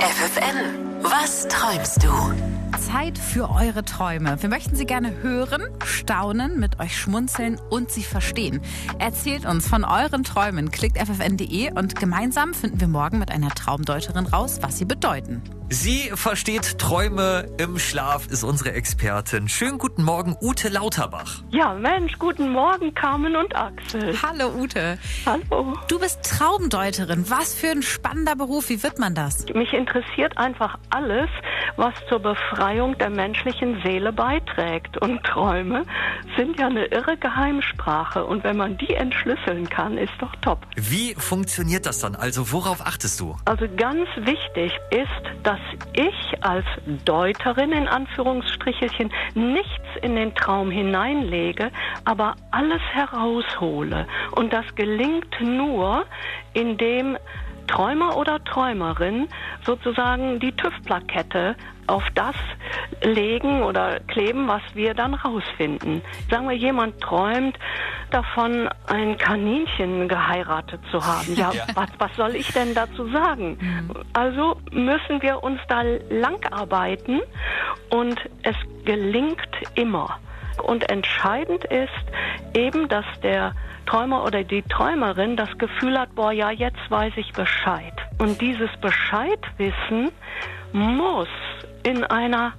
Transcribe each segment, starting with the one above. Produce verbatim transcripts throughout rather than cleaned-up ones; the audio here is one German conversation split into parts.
F F N, was träumst du? Zeit für eure Träume. Wir möchten sie gerne hören, staunen, mit euch schmunzeln und sie verstehen. Erzählt uns von euren Träumen. Klickt f f n punkt d e und gemeinsam finden wir morgen mit einer Traumdeuterin raus, was sie bedeuten. Sie versteht Träume im Schlaf, ist unsere Expertin. Schönen guten Morgen, Ute Lauterbach. Ja, Mensch, guten Morgen, Carmen und Axel. Hallo Ute. Hallo. Du bist Traumdeuterin. Was für ein spannender Beruf. Wie wird man das? Mich interessiert einfach alles, was zur Befreiung der menschlichen Seele beiträgt. Und Träume sind ja eine irre Geheimsprache. Und wenn man die entschlüsseln kann, ist doch top. Wie funktioniert das dann? Also worauf achtest du? Also ganz wichtig ist, dass ich als Deuterin in Anführungsstrichelchen nichts in den Traum hineinlege, aber alles heraushole. Und das gelingt nur, indem Träumer oder Träumerin sozusagen die TÜV-Plakette auf das legen oder kleben, was wir dann rausfinden. Sagen wir, jemand träumt davon, ein Kaninchen geheiratet zu haben. Ja, ja. Was, was soll ich denn dazu sagen? Mhm. Also müssen wir uns da langarbeiten und es gelingt immer. Und entscheidend ist eben, dass der Träumer oder die Träumerin das Gefühl hat, boah, ja, jetzt weiß ich Bescheid. Und dieses Bescheidwissen muss in einer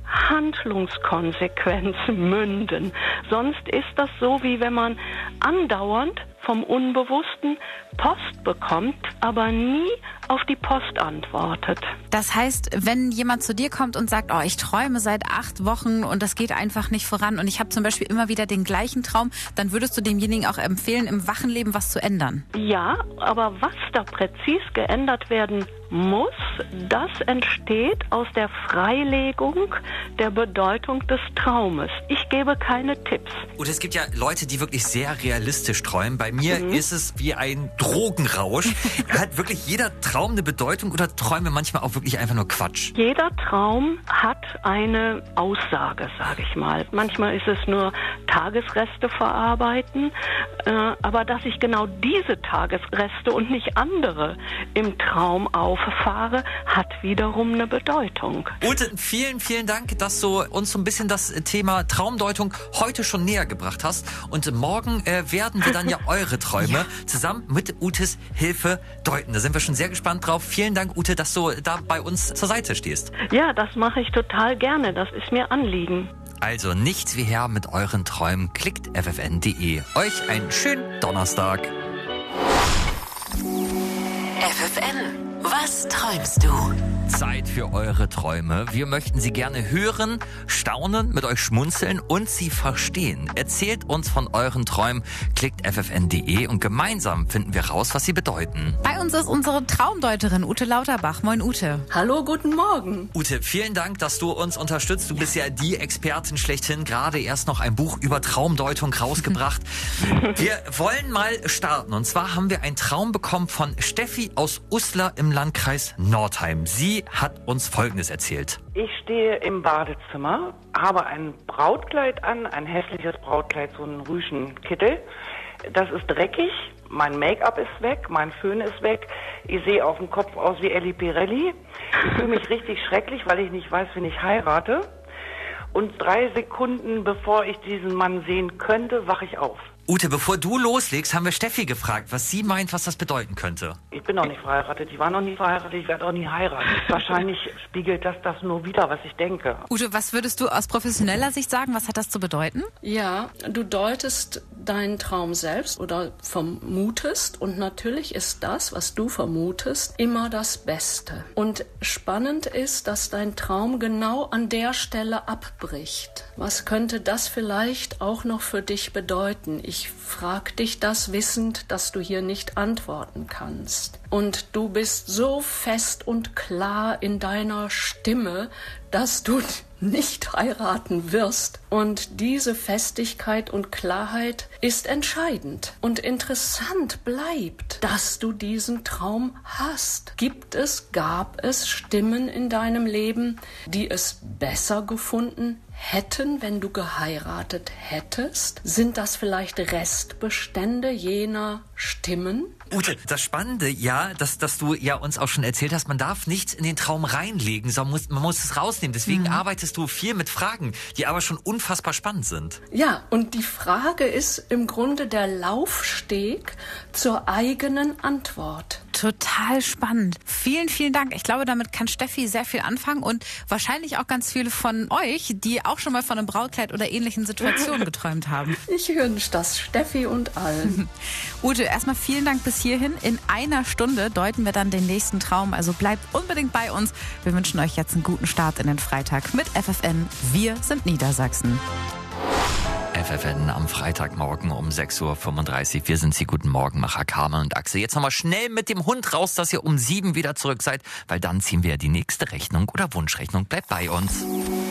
Handlungskonsequenz münden. Sonst ist das so, wie wenn man andauernd vom Unbewussten Post bekommt, aber nie auf die Post antwortet. Das heißt, wenn jemand zu dir kommt und sagt, oh, ich träume seit acht Wochen und das geht einfach nicht voran und ich habe zum Beispiel immer wieder den gleichen Traum, dann würdest du demjenigen auch empfehlen, im wachen Leben was zu ändern? Ja, aber was da präzis geändert werden muss, das entsteht aus der Freilegung der Bedeutung des Traumes. Ich gebe keine Tipps. Und es gibt ja Leute, die wirklich sehr realistisch träumen. Bei mir mhm. ist es wie ein Drogenrausch. Hat wirklich jeder Traum eine Bedeutung oder träumen wir manchmal auch wirklich einfach nur Quatsch? Jeder Traum hat eine Aussage, sage ich mal. Manchmal ist es nur Tagesreste verarbeiten, äh, aber dass ich genau diese Tagesreste und nicht andere im Traum auffahre, hat wiederum eine Bedeutung. Ute, vielen, vielen Dank, dass du uns so ein bisschen das Thema Traumdeutung heute schon näher gebracht hast. Und morgen äh, werden wir dann ja eure Träume ja. zusammen mit Utes Hilfe deuten. Da sind wir schon sehr gespannt drauf. Vielen Dank, Ute, dass du da bei uns zur Seite stehst. Ja, das mache ich total gerne. Das ist mir Anliegen. Also nichts wie her mit euren Träumen. Klickt f f n punkt d e. Euch einen schönen Donnerstag. F F N, was träumst du? Zeit für eure Träume. Wir möchten sie gerne hören, staunen, mit euch schmunzeln und sie verstehen. Erzählt uns von euren Träumen, klickt f f n punkt d e und gemeinsam finden wir raus, was sie bedeuten. Bei uns ist unsere Traumdeuterin Ute Lauterbach. Moin Ute. Hallo, guten Morgen. Ute, vielen Dank, dass du uns unterstützt. Du bist ja die Expertin schlechthin. Gerade erst noch ein Buch über Traumdeutung rausgebracht. Wir wollen mal starten. Und zwar haben wir einen Traum bekommen von Steffi aus Uslar im Landkreis Nordheim. Sie hat uns Folgendes erzählt. Ich stehe im Badezimmer, habe ein Brautkleid an, ein hässliches Brautkleid, so einen Rüschenkittel. Das ist dreckig, mein Make-up ist weg, mein Föhn ist weg. Ich sehe auf dem Kopf aus wie Elli Pirelli. Ich fühle mich richtig schrecklich, weil ich nicht weiß, wen ich heirate. Und drei Sekunden bevor ich diesen Mann sehen könnte, wache ich auf. Ute, bevor du loslegst, haben wir Steffi gefragt, was sie meint, was das bedeuten könnte. Ich bin noch nicht verheiratet, ich war noch nie verheiratet, ich werde auch nie heiraten. Wahrscheinlich spiegelt das das nur wider, was ich denke. Ute, was würdest du aus professioneller Sicht sagen, was hat das zu bedeuten? Ja, du deutest deinen Traum selbst oder vermutest und natürlich ist das, was du vermutest, immer das Beste. Und spannend ist, dass dein Traum genau an der Stelle abbricht. Was könnte das vielleicht auch noch für dich bedeuten? Ich Ich frage dich das wissend, dass du hier nicht antworten kannst. Und du bist so fest und klar in deiner Stimme, dass du nicht heiraten wirst. Und diese Festigkeit und Klarheit ist entscheidend. Und interessant bleibt, dass du diesen Traum hast. Gibt es, gab es Stimmen in deinem Leben, die es besser gefunden hätten, wenn du geheiratet hättest? Sind das vielleicht Restbestände jener Stimmen? Ute, das Spannende, ja, dass, dass du ja uns auch schon erzählt hast, man darf nichts in den Traum reinlegen, sondern muss, man muss es rausnehmen. Deswegen mhm. arbeitest du viel mit Fragen, die aber schon unfassbar spannend sind. Ja, und die Frage ist im Grunde der Laufsteg zur eigenen Antwort. Total spannend. Vielen, vielen Dank. Ich glaube, damit kann Steffi sehr viel anfangen und wahrscheinlich auch ganz viele von euch, die auch schon mal von einem Brautkleid oder ähnlichen Situationen geträumt haben. Ich wünsche das Steffi und allen. Ute, erstmal vielen Dank bis hierhin. In einer Stunde deuten wir dann den nächsten Traum. Also bleibt unbedingt bei uns. Wir wünschen euch jetzt einen guten Start in den Freitag mit F F N. Wir sind Niedersachsen. F F N am Freitagmorgen um sechs Uhr fünfunddreißig. Wir sind Sie. Guten Morgen, Macher Carmen und Axel. Jetzt nochmal schnell mit dem Hund raus, dass ihr um sieben wieder zurück seid, weil dann ziehen wir die nächste Rechnung oder Wunschrechnung. Bleibt bei uns.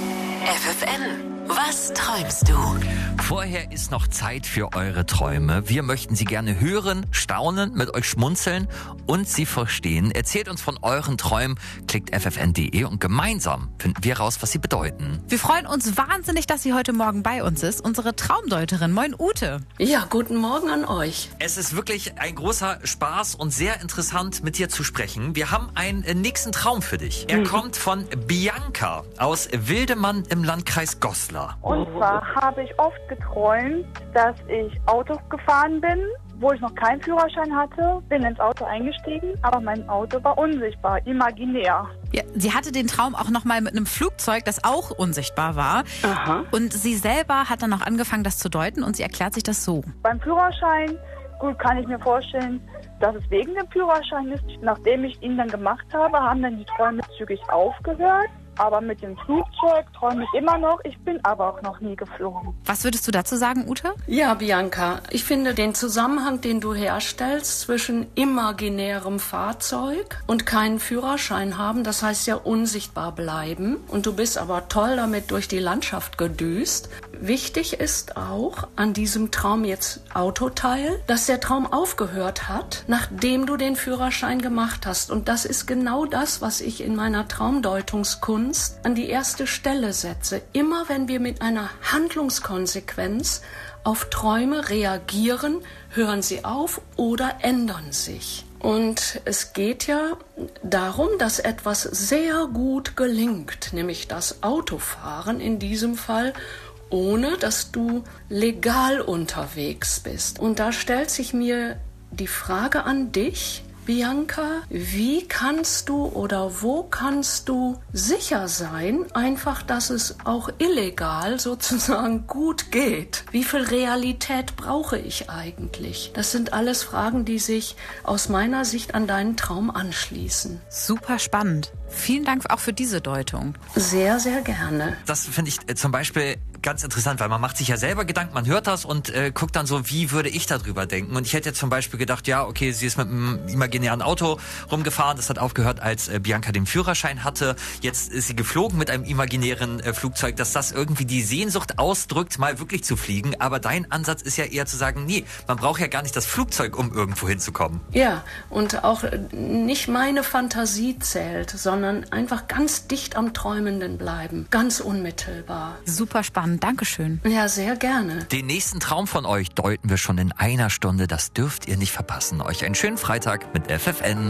F F N, was träumst du? Vorher ist noch Zeit für eure Träume. Wir möchten sie gerne hören, staunen, mit euch schmunzeln und sie verstehen. Erzählt uns von euren Träumen, klickt f f n punkt d e und gemeinsam finden wir raus, was sie bedeuten. Wir freuen uns wahnsinnig, dass sie heute Morgen bei uns ist, unsere Traumdeuterin. Moin Ute. Ja, guten Morgen an euch. Es ist wirklich ein großer Spaß und sehr interessant, mit dir zu sprechen. Wir haben einen nächsten Traum für dich. Er mhm. kommt von Bianca aus Wildemann im Landkreis Goslar. Und zwar habe ich oft geträumt, dass ich Auto gefahren bin, wo ich noch keinen Führerschein hatte, bin ins Auto eingestiegen, aber mein Auto war unsichtbar, imaginär. Ja, sie hatte den Traum auch noch mal mit einem Flugzeug, das auch unsichtbar war. Aha. Und sie selber hat dann auch angefangen, das zu deuten und sie erklärt sich das so. Beim Führerschein, gut, kann ich mir vorstellen, dass es wegen dem Führerschein ist. Nachdem ich ihn dann gemacht habe, haben dann die Träume zügig aufgehört. Aber mit dem Flugzeug träume ich immer noch. Ich bin aber auch noch nie geflogen. Was würdest du dazu sagen, Ute? Ja, Bianca, ich finde den Zusammenhang, den du herstellst zwischen imaginärem Fahrzeug und keinen Führerschein haben, das heißt ja unsichtbar bleiben. Und du bist aber toll damit durch die Landschaft gedüst. Wichtig ist auch an diesem Traum jetzt Autoteil, dass der Traum aufgehört hat, nachdem du den Führerschein gemacht hast. Und das ist genau das, was ich in meiner Traumdeutungskunst an die erste Stelle setze. Immer wenn wir mit einer Handlungskonsequenz auf Träume reagieren, hören sie auf oder ändern sich. Und es geht ja darum, dass etwas sehr gut gelingt, nämlich das Autofahren in diesem Fall, ohne dass du legal unterwegs bist. Und da stellt sich mir die Frage an dich, Bianca, wie kannst du oder wo kannst du sicher sein, einfach, dass es auch illegal sozusagen gut geht? Wie viel Realität brauche ich eigentlich? Das sind alles Fragen, die sich aus meiner Sicht an deinen Traum anschließen. Super spannend. Vielen Dank auch für diese Deutung. Sehr, sehr gerne. Das finde ich äh, zum Beispiel ganz interessant, weil man macht sich ja selber Gedanken, man hört das und äh, guckt dann so, wie würde ich darüber denken? Und ich hätte jetzt zum Beispiel gedacht, ja, okay, sie ist mit einem imaginären Auto rumgefahren, das hat aufgehört, als äh, Bianca den Führerschein hatte. Jetzt ist sie geflogen mit einem imaginären äh, Flugzeug, dass das irgendwie die Sehnsucht ausdrückt, mal wirklich zu fliegen. Aber dein Ansatz ist ja eher zu sagen, nee, man braucht ja gar nicht das Flugzeug, um irgendwo hinzukommen. Ja, und auch nicht meine Fantasie zählt, sondern einfach ganz dicht am Träumenden bleiben, ganz unmittelbar. Super spannend, Dankeschön. Ja, sehr gerne. Den nächsten Traum von euch deuten wir schon in einer Stunde, das dürft ihr nicht verpassen. Euch einen schönen Freitag mit F F N.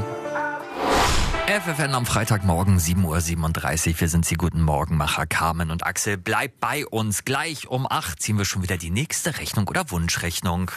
F F N am Freitagmorgen, sieben Uhr siebenunddreißig. Wir sind Sie. Guten Morgen, Macher Carmen und Axel. Bleibt bei uns. Gleich um acht ziehen wir schon wieder die nächste Rechnung oder Wunschrechnung.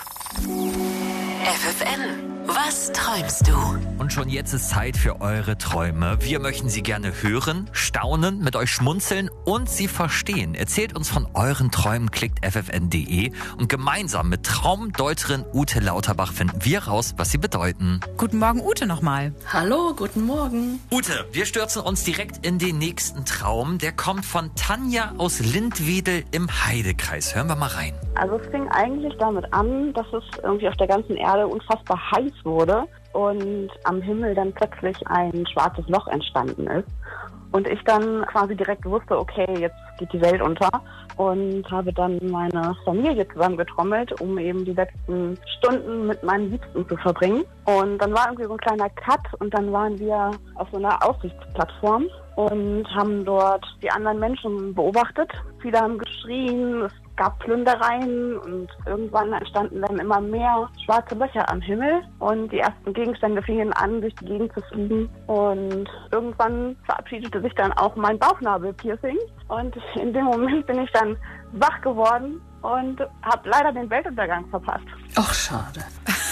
F F N, was träumst du? Und schon jetzt ist Zeit für eure Träume. Wir möchten sie gerne hören, staunen, mit euch schmunzeln und sie verstehen. Erzählt uns von euren Träumen, klickt f f n punkt d e und gemeinsam mit Traumdeuterin Ute Lauterbach finden wir raus, was sie bedeuten. Guten Morgen, Ute, nochmal. Hallo, guten Morgen. Ute, wir stürzen uns direkt in den nächsten Traum. Der kommt von Tanja aus Lindwedel im Heidekreis. Hören wir mal rein. Also es fing eigentlich damit an, dass es irgendwie auf der ganzen Erde unfassbar heiß wurde und am Himmel dann plötzlich ein schwarzes Loch entstanden ist. Und ich dann quasi direkt wusste, okay, jetzt geht die Welt unter. Und habe dann meine Familie zusammengetrommelt, um eben die letzten Stunden mit meinen Liebsten zu verbringen. Und dann war irgendwie so ein kleiner Cut und dann waren wir auf so einer Aussichtsplattform und haben dort die anderen Menschen beobachtet. Viele haben geschrien, es gab Plündereien und irgendwann entstanden dann immer mehr schwarze Löcher am Himmel und die ersten Gegenstände fingen an, durch die Gegend zu fliegen. Und irgendwann verabschiedete sich dann auch mein Bauchnabelpiercing und in dem Moment bin ich dann wach geworden und habe leider den Weltuntergang verpasst. Ach, schade.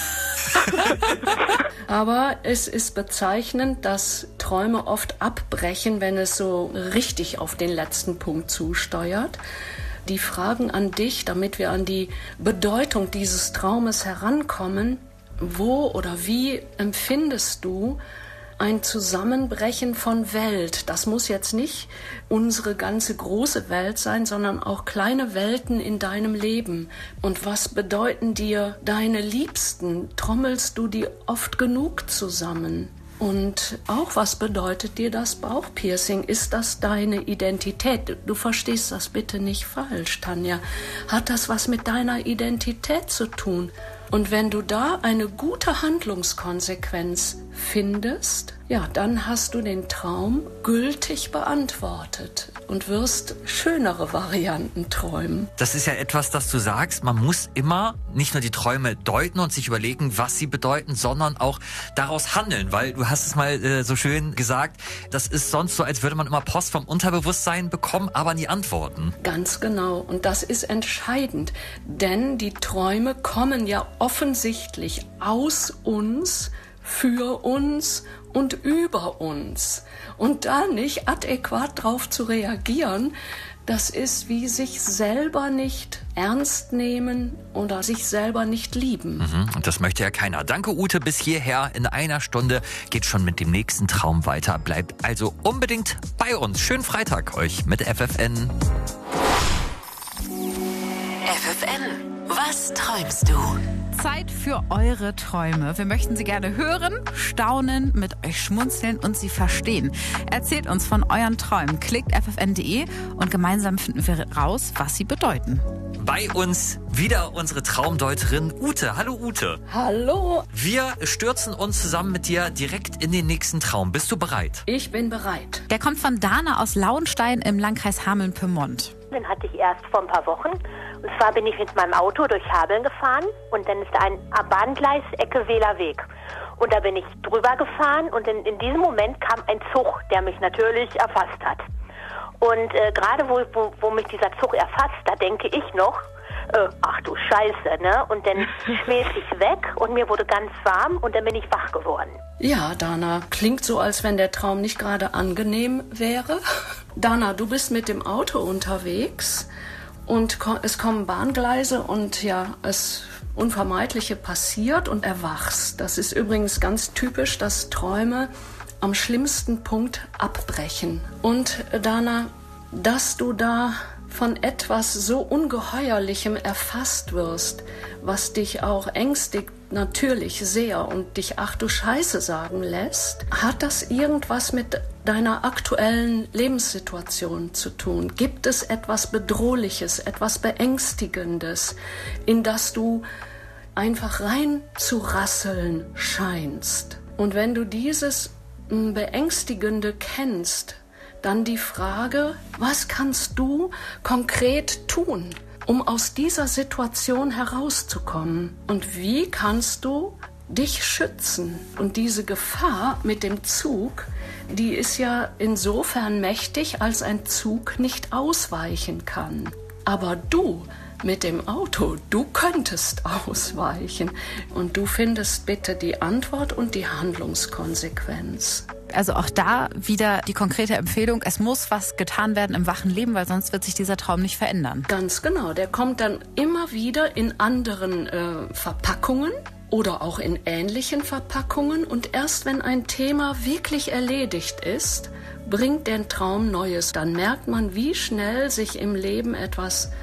Aber es ist bezeichnend, dass Träume oft abbrechen, wenn es so richtig auf den letzten Punkt zusteuert. Die Fragen an dich, damit wir an die Bedeutung dieses Traumes herankommen: Wo oder wie empfindest du ein Zusammenbrechen von Welt? Das muss jetzt nicht unsere ganze große Welt sein, sondern auch kleine Welten in deinem Leben. Und was bedeuten dir deine Liebsten? Trommelst du die oft genug zusammen? Und auch, was bedeutet dir das Bauchpiercing? Ist das deine Identität? Du verstehst das bitte nicht falsch, Tanja. Hat das was mit deiner Identität zu tun? Und wenn du da eine gute Handlungskonsequenz findest, ja, dann hast du den Traum gültig beantwortet und wirst schönere Varianten träumen. Das ist ja etwas, das du sagst, man muss immer nicht nur die Träume deuten und sich überlegen, was sie bedeuten, sondern auch daraus handeln, weil du hast es mal äh, so schön gesagt, das ist sonst so, als würde man immer Post vom Unterbewusstsein bekommen, aber nie Antworten. Ganz genau, und das ist entscheidend, denn die Träume kommen ja offensichtlich aus uns, für uns und über uns. Und da nicht adäquat drauf zu reagieren, das ist wie sich selber nicht ernst nehmen oder sich selber nicht lieben. Mhm, und das möchte ja keiner. Danke, Ute, bis hierher. In einer Stunde geht schon mit dem nächsten Traum weiter. Bleibt also unbedingt bei uns. Schönen Freitag euch mit F F N. F F N, was träumst du? Zeit für eure Träume. Wir möchten sie gerne hören, staunen, mit euch schmunzeln und sie verstehen. Erzählt uns von euren Träumen. Klickt f f n punkt d e und gemeinsam finden wir raus, was sie bedeuten. Bei uns wieder unsere Traumdeuterin Ute. Hallo Ute. Hallo. Wir stürzen uns zusammen mit dir direkt in den nächsten Traum. Bist du bereit? Ich bin bereit. Der kommt von Dana aus Lauenstein im Landkreis Hameln-Pyrmont. Den hatte ich erst vor ein paar Wochen. Und zwar bin ich mit meinem Auto durch Hameln gefahren und dann ist da ein Bahngleis, Ecke Wählerweg. Und da bin ich drüber gefahren und in, in diesem Moment kam ein Zug, der mich natürlich erfasst hat. Und äh, gerade wo, wo, wo mich dieser Zug erfasst, da denke ich noch, äh, ach du Scheiße, ne? Und dann schmähte ich weg und mir wurde ganz warm und dann bin ich wach geworden. Ja, Dana, klingt so, als wenn der Traum nicht gerade angenehm wäre. Dana, du bist mit dem Auto unterwegs und ko- es kommen Bahngleise und ja, es Unvermeidliche passiert und erwachst. Das ist übrigens ganz typisch, dass Träume am schlimmsten Punkt abbrechen. Und Dana, dass du da von etwas so Ungeheuerlichem erfasst wirst, was dich auch ängstigt, natürlich sehr, und dich ach du Scheiße sagen lässt, hat das irgendwas mit deiner aktuellen Lebenssituation zu tun? Gibt es etwas Bedrohliches, etwas Beängstigendes, in das du einfach rein zu rasseln scheinst? Und wenn du dieses Beängstigende kennst, dann die Frage, was kannst du konkret tun, um aus dieser Situation herauszukommen? Und wie kannst du dich schützen? Und diese Gefahr mit dem Zug, die ist ja insofern mächtig, als ein Zug nicht ausweichen kann. Aber du mit dem Auto, du könntest ausweichen. Und du findest bitte die Antwort und die Handlungskonsequenz. Also auch da wieder die konkrete Empfehlung, es muss was getan werden im wachen Leben, weil sonst wird sich dieser Traum nicht verändern. Ganz genau, der kommt dann immer wieder in anderen äh, Verpackungen oder auch in ähnlichen Verpackungen. Und erst wenn ein Thema wirklich erledigt ist, bringt der Traum Neues. Dann merkt man, wie schnell sich im Leben etwas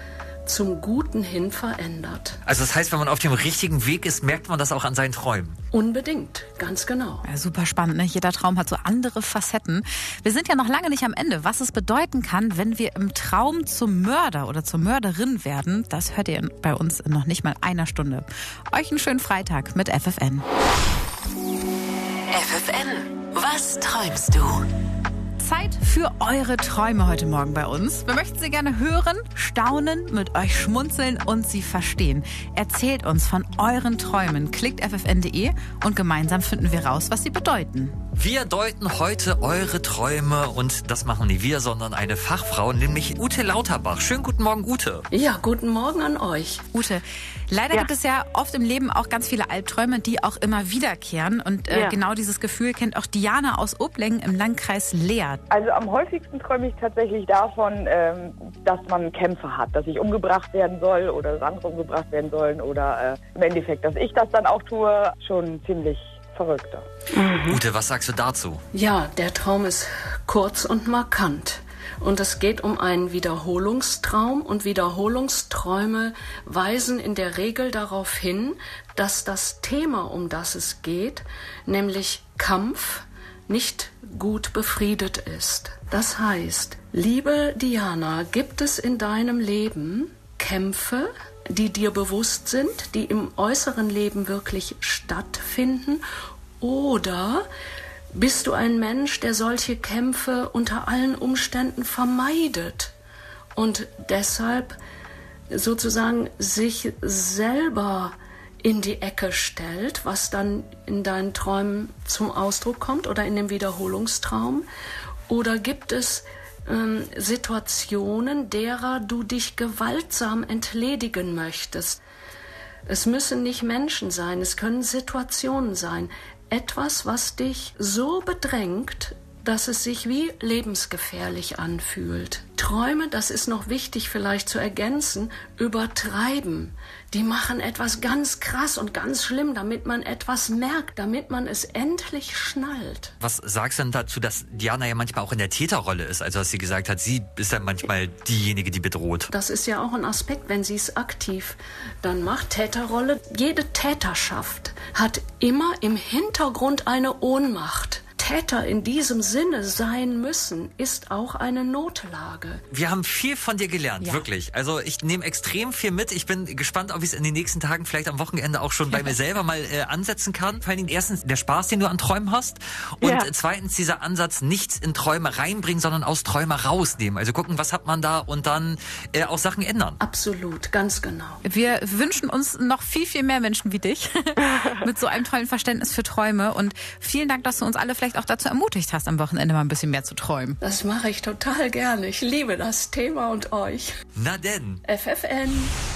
zum Guten hin verändert. Also das heißt, wenn man auf dem richtigen Weg ist, merkt man das auch an seinen Träumen? Unbedingt, ganz genau. Ja, super spannend, ne? Jeder Traum hat so andere Facetten. Wir sind ja noch lange nicht am Ende. Was es bedeuten kann, wenn wir im Traum zum Mörder oder zur Mörderin werden, das hört ihr bei uns in noch nicht mal einer Stunde. Euch einen schönen Freitag mit F F N. F F N, was träumst du? Zeit für eure Träume heute Morgen bei uns. Wir möchten sie gerne hören, staunen, mit euch schmunzeln und sie verstehen. Erzählt uns von euren Träumen. Klickt f f n punkt d e und gemeinsam finden wir raus, was sie bedeuten. Wir deuten heute eure Träume und das machen nicht wir, sondern eine Fachfrau, nämlich Ute Lauterbach. Schönen guten Morgen, Ute. Ja, guten Morgen an euch. Ute, leider Ja. gibt es ja oft im Leben auch ganz viele Albträume, die auch immer wiederkehren. Und äh, Ja. genau dieses Gefühl kennt auch Diana aus Obleng im Landkreis Leer. Also am häufigsten träume ich tatsächlich davon, ähm, dass man Kämpfe hat, dass ich umgebracht werden soll oder dass andere umgebracht werden sollen oder äh, im Endeffekt, dass ich das dann auch tue, schon ziemlich verrückter. Ute, was sagst du dazu? Ja, der Traum ist kurz und markant. Und es geht um einen Wiederholungstraum. Und Wiederholungsträume weisen in der Regel darauf hin, dass das Thema, um das es geht, nämlich Kampf, nicht gut befriedet ist. Das heißt, liebe Diana, gibt es in deinem Leben Kämpfe, die dir bewusst sind, die im äußeren Leben wirklich stattfinden? Oder bist du ein Mensch, der solche Kämpfe unter allen Umständen vermeidet und deshalb sozusagen sich selber in die Ecke stellt, was dann in deinen Träumen zum Ausdruck kommt oder in dem Wiederholungstraum? Oder gibt es ähm, Situationen, derer du dich gewaltsam entledigen möchtest? Es müssen nicht Menschen sein, es können Situationen sein. Etwas, was dich so bedrängt, dass es sich wie lebensgefährlich anfühlt. Träume, das ist noch wichtig vielleicht zu ergänzen, übertreiben. Die machen etwas ganz krass und ganz schlimm, damit man etwas merkt, damit man es endlich schnallt. Was sagst du denn dazu, dass Diana ja manchmal auch in der Täterrolle ist? Also dass sie gesagt hat, sie ist ja manchmal diejenige, die bedroht. Das ist ja auch ein Aspekt, wenn sie es aktiv dann macht. Täterrolle, jede Täterschaft hat immer im Hintergrund eine Ohnmacht. Täter in diesem Sinne sein müssen, ist auch eine Notlage. Wir haben viel von dir gelernt, Ja. wirklich. Also ich nehme extrem viel mit. Ich bin gespannt, ob ich es in den nächsten Tagen vielleicht am Wochenende auch schon bei mir selber mal äh, ansetzen kann. Vor allen Dingen erstens der Spaß, den du an Träumen hast. Und Ja. zweitens dieser Ansatz, nichts in Träume reinbringen, sondern aus Träume rausnehmen. Also gucken, was hat man da und dann äh, auch Sachen ändern. Absolut, ganz genau. Wir wünschen uns noch viel, viel mehr Menschen wie dich mit so einem tollen Verständnis für Träume. Und vielen Dank, dass du uns alle vielleicht auch dazu ermutigt hast, am Wochenende mal ein bisschen mehr zu träumen. Das mache ich total gerne. Ich liebe das Thema und euch. Na denn. F F N.